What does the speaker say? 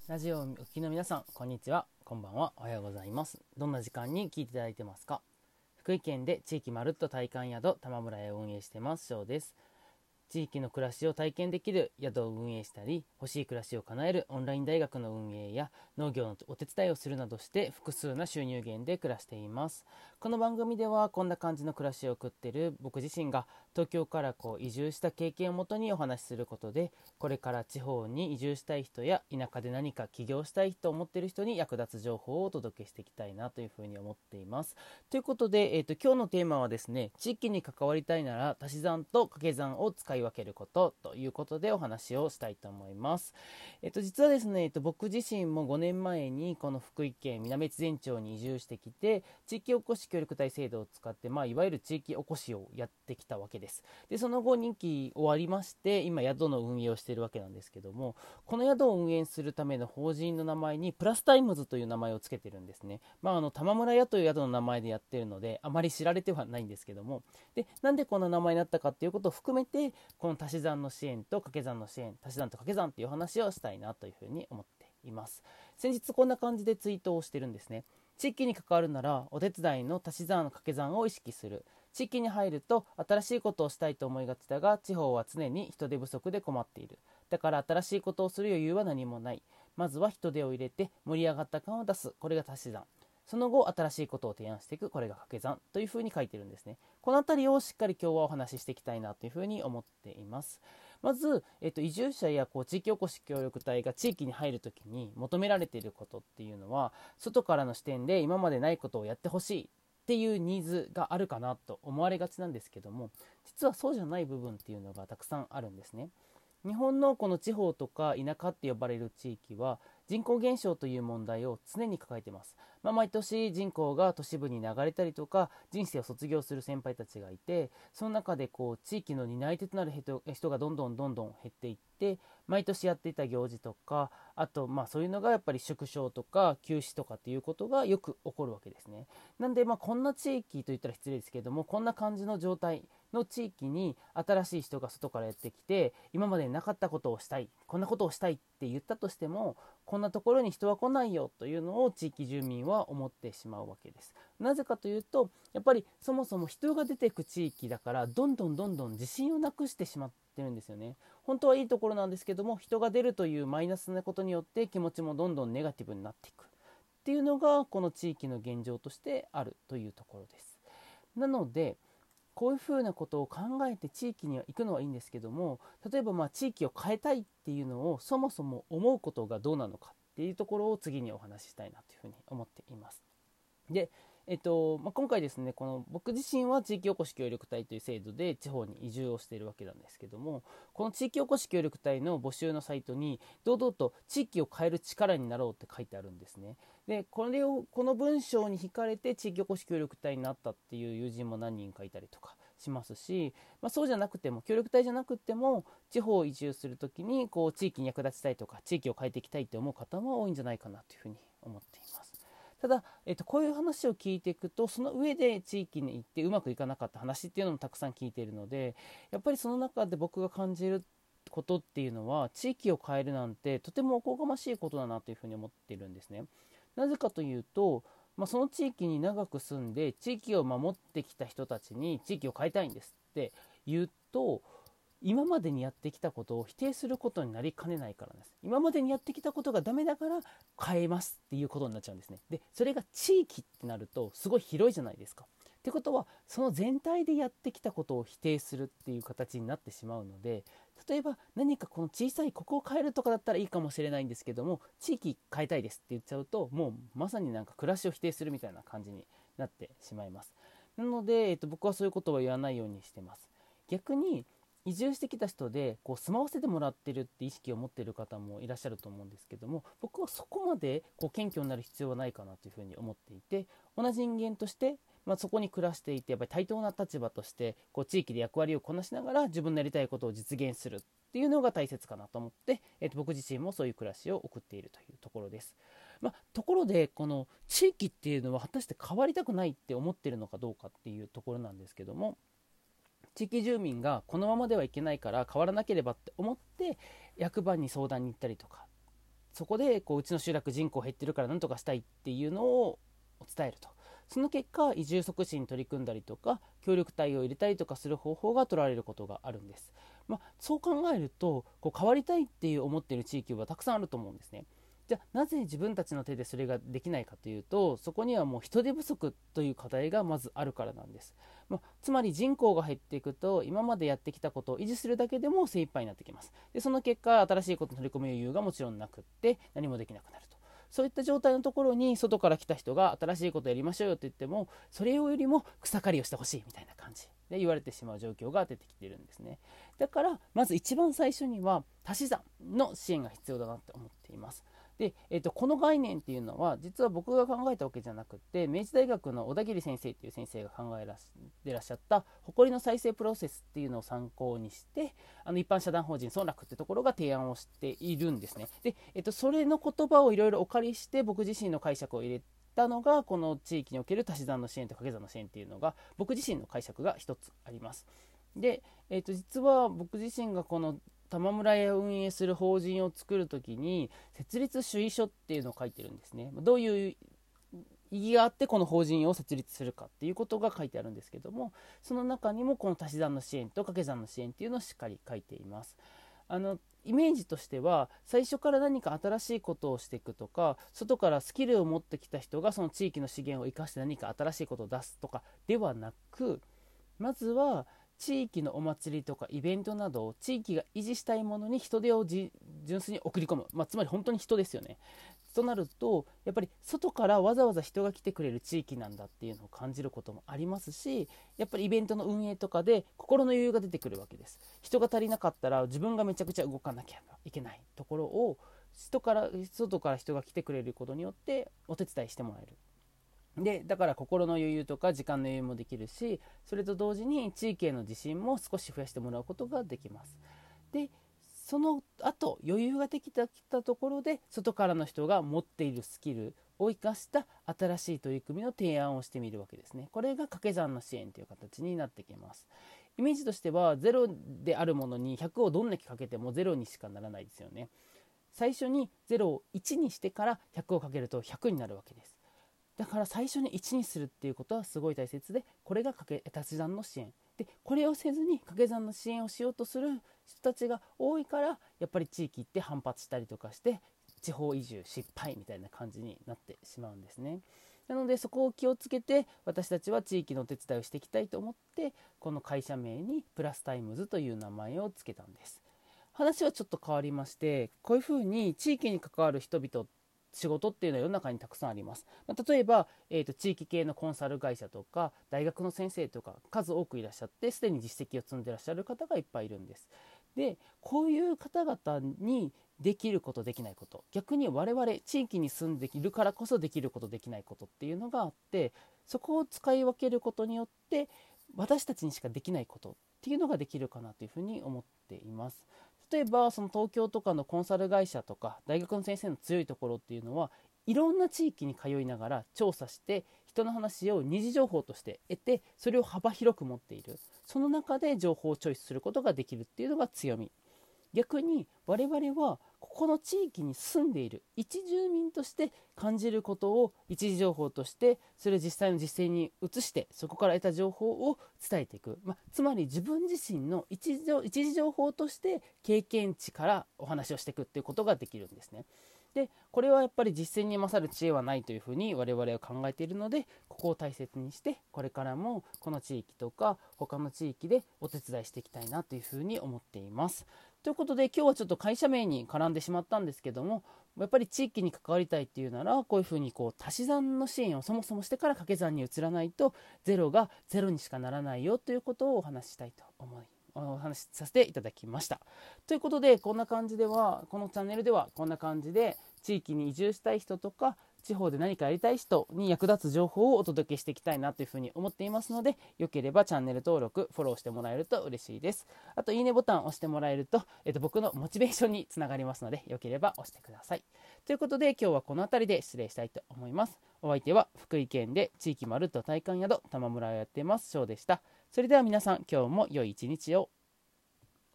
ラジオをお聞きの皆さん、こんにちは、こんばんは、おはようございます。どんな時間に聞いていただいてますか？福井県で地域まるっと体感宿玉村屋を運営してます翔です。地域の暮らしを体験できる宿を運営したり、欲しい暮らしを叶えるオンライン大学の運営や農業のお手伝いをするなどして複数な収入源で暮らしています。この番組ではこんな感じの暮らしを送っている僕自身が東京から移住した経験をもとにお話しすることで、これから地方に移住したい人や田舎で何か起業したいと思っている人に役立つ情報をお届けしていきたいなというふうに思っています。ということで、今日のテーマはですね、地域に関わりたいなら足し算と掛け算を使い分けることということでお話をしたいと思います。実はですね、僕自身も5年前にこの福井県南越前町に移住してきて、地域おこし協力隊制度を使って、いわゆる地域おこしをやってきたわけです。で、その後任期終わりまして、今宿の運営をしているわけなんですけども、この宿を運営するための法人の名前にプラスタイムズという名前をつけてるんですね。玉村屋という宿の名前でやってるので、あまり知られてはないんですけども、で、なんでこの名前になったかっていうことを含めて、この足し算の支援と掛け算の支援、足し算と掛け算っていう話をしたいなというふうに思っています。先日こんな感じでツイートをしてるんですね。地域に関わるならお手伝いの足し算掛け算を意識する。地域に入ると新しいことをしたいと思いがちだが、地方は常に人手不足で困っている。だから新しいことをする余裕は何もない。まずは人手を入れて盛り上がった感を出す。これが足し算。その後新しいことを提案していく。これが掛け算というふうに書いてるんですね。このあたりをしっかり今日はお話ししていきたいなというふうに思っています。まず、移住者や地域おこし協力隊が地域に入るときに求められていることっていうのは、外からの視点で今までないことをやってほしいっていうニーズがあるかなと思われがちなんですけども、実はそうじゃない部分っていうのがたくさんあるんですね。日本のこの地方とか田舎って呼ばれる地域は人口減少という問題を常に抱えています。毎年人口が都市部に流れたりとか人生を卒業する先輩たちがいて、その中で地域の担い手となる人がどんどん減っていって、毎年やっていた行事とか、あとそういうのがやっぱり縮小とか休止とかっていうことがよく起こるわけですね。なんでこんな地域といったら失礼ですけども、こんな感じの状態の地域に新しい人が外からやってきて、今までなかったことをしたい、こんなことをしたいって言ったとしても、こんなところに人は来ないよというのを地域住民は思ってしまうわけです。なぜかというと、やっぱりそもそも人が出ていく地域だから、どんどん自信をなくしてしまってるんですよね。本当はいいところなんですけども、人が出るというマイナスなことによって気持ちもどんどんネガティブになっていくっていうのがこの地域の現状としてあるというところです。なのでこういうふうなことを考えて地域には行くのはいいんですけども、例えば地域を変えたいっていうのをそもそも思うことがどうなのかっていうところを次にお話ししたいなというふうに思っています。で、今回ですね、この僕自身は地域おこし協力隊という制度で地方に移住をしているわけなんですけども、この地域おこし協力隊の募集のサイトに堂々と地域を変える力になろうって書いてあるんですね。で、この文章に惹かれて地域おこし協力隊になったっていう友人も何人かいたりとかしますし、そうじゃなくても協力隊じゃなくても地方移住するときに地域に役立ちたいとか地域を変えていきたいと思う方も多いんじゃないかなというふうに思っています。ただ、こういう話を聞いていくと、その上で地域に行ってうまくいかなかった話っていうのもたくさん聞いているので、やっぱりその中で僕が感じることっていうのは、地域を変えるなんてとてもおこがましいことだなというふうに思っているんですね。なぜかというと、その地域に長く住んで地域を守ってきた人たちに地域を変えたいんですって言うと、今までにやってきたことを否定することになりかねないからです。今までにやってきたことがダメだから変えますっていうことになっちゃうんですね。で、それが地域ってなるとすごい広いじゃないですか。ってことは、その全体でやってきたことを否定するっていう形になってしまうので、例えば何かこの小さいここを変えるとかだったらいいかもしれないんですけども、地域変えたいですって言っちゃうと、もうまさになんか暮らしを否定するみたいな感じになってしまいます。なので、僕はそういうことは言わないようにしてます。逆に移住してきた人で住まわせてもらってるって意識を持っている方もいらっしゃると思うんですけども、僕はそこまで謙虚になる必要はないかなというふうに思っていて、同じ人間として、そこに暮らしていて、やっぱり対等な立場として地域で役割をこなしながら自分のやりたいことを実現するっていうのが大切かなと思って、僕自身もそういう暮らしを送っているというところです。ところでこの地域っていうのは果たして変わりたくないって思ってるのかどうかっていうところなんですけども、地域住民がこのままではいけないから変わらなければって思って役場に相談に行ったりとかそこでうちの集落人口減ってるからなんとかしたいっていうのを伝えると。その結果、移住促進に取り組んだりとか協力隊を入れたりとかする方法が取られることがあるんです。そう考えると変わりたいっていう思っている地域はたくさんあると思うんですね。じゃあなぜ自分たちの手でそれができないかというと、そこにはもう人手不足という課題がまずあるからなんです。つまり人口が減っていくと今までやってきたことを維持するだけでも精一杯になってきます。でその結果、新しいことに取り組む余裕がもちろんなくって何もできなくなると。そういった状態のところに外から来た人が新しいことをやりましょうよと言っても、それよりも草刈りをしてほしいみたいな感じで言われてしまう状況が出てきているんですね。だからまず一番最初には足し算の支援が必要だなって思っています。で、この概念っていうのは実は僕が考えたわけじゃなくて、明治大学の小田切先生っていう先生が考えてらっしゃった誇りの再生プロセスっていうのを参考にして、一般社団法人村落ってところが提案をしているんですね。で、それの言葉をいろいろお借りして僕自身の解釈を入れたのが、この地域における足し算の支援と掛け算の支援っていうのが僕自身の解釈が一つあります。で、実は僕自身がこの玉村屋を運営する法人を作るときに設立主意書っていうのを書いてるんですね。どういう意義があってこの法人を設立するかっていうことが書いてあるんですけども、その中にもこの足し算の支援と掛け算の支援っていうのをしっかり書いています。イメージとしては最初から何か新しいことをしていくとか、外からスキルを持ってきた人がその地域の資源を生かして何か新しいことを出すとかではなく、まずは地域のお祭りとかイベントなどを地域が維持したいものに人手を純粋に送り込む、つまり本当に人ですよね。となるとやっぱり外からわざわざ人が来てくれる地域なんだっていうのを感じることもありますし、やっぱりイベントの運営とかで心の余裕が出てくるわけです。人が足りなかったら自分がめちゃくちゃ動かなきゃいけないところを外から人が来てくれることによってお手伝いしてもらえる。でだから心の余裕とか時間の余裕もできるし、それと同時に地域への自信も少し増やしてもらうことができます。でその後余裕ができたところで外からの人が持っているスキルを生かした新しい取り組みの提案をしてみるわけですね。これが掛け算の支援という形になってきます。イメージとしては0であるものに100をどんだけかけても0にしかならないですよね。最初に0を1にしてから100をかけると100になるわけです。だから最初に1にするっていうことはすごい大切で、これが足し算の支援で、これをせずに掛け算の支援をしようとする人たちが多いから、やっぱり地域って反発したりとかして地方移住失敗みたいな感じになってしまうんですね。なのでそこを気をつけて私たちは地域のお手伝いをしていきたいと思って、この会社名にプラスタイムズという名前をつけたんです。話はちょっと変わりまして、こういうふうに地域に関わる人々仕事っていうのは世の中にたくさんあります。例えば、地域系のコンサル会社とか大学の先生とか数多くいらっしゃって、すでに実績を積んでいらっしゃる方がいっぱいいるんです。でこういう方々にできることできないこと、逆に我々地域に住んでいるからこそできることできないことっていうのがあって、そこを使い分けることによって私たちにしかできないことっていうのができるかなというふうに思っています。例えばその東京とかのコンサル会社とか大学の先生の強いところっていうのは、いろんな地域に通いながら調査して人の話を二次情報として得て、それを幅広く持っている。その中で情報をチョイスすることができるっていうのが強み。逆に我々はここの地域に住んでいる一住民として感じることを一次情報として、それを実際の実践に移してそこから得た情報を伝えていく、つまり自分自身の一次情報として経験値からお話をしていくっていうことができるんですね。でこれはやっぱり実践に勝る知恵はないというふうに我々は考えているので、ここを大切にしてこれからもこの地域とか他の地域でお手伝いしていきたいなというふうに思っています。ということで今日はちょっと会社名に絡んでしまったんですけども、やっぱり地域に関わりたいっていうなら、こういうふうに足し算の支援をそもそもしてから掛け算に移らないとゼロがゼロにしかならないよということをお話ししたいと思いお話しさせていただきました。ということでこのチャンネルではこんな感じで地域に移住したい人とか地方で何かやりたい人に役立つ情報をお届けしていきたいなというふうに思っていますので、よければチャンネル登録フォローしてもらえると嬉しいです。あといいねボタンを押してもらえると、僕のモチベーションにつながりますので、よければ押してください。ということで今日はこの辺りで失礼したいと思います。お相手は福井県で地域まるっと体感宿玉村をやっています翔でした。それでは皆さん、今日も良い一日を。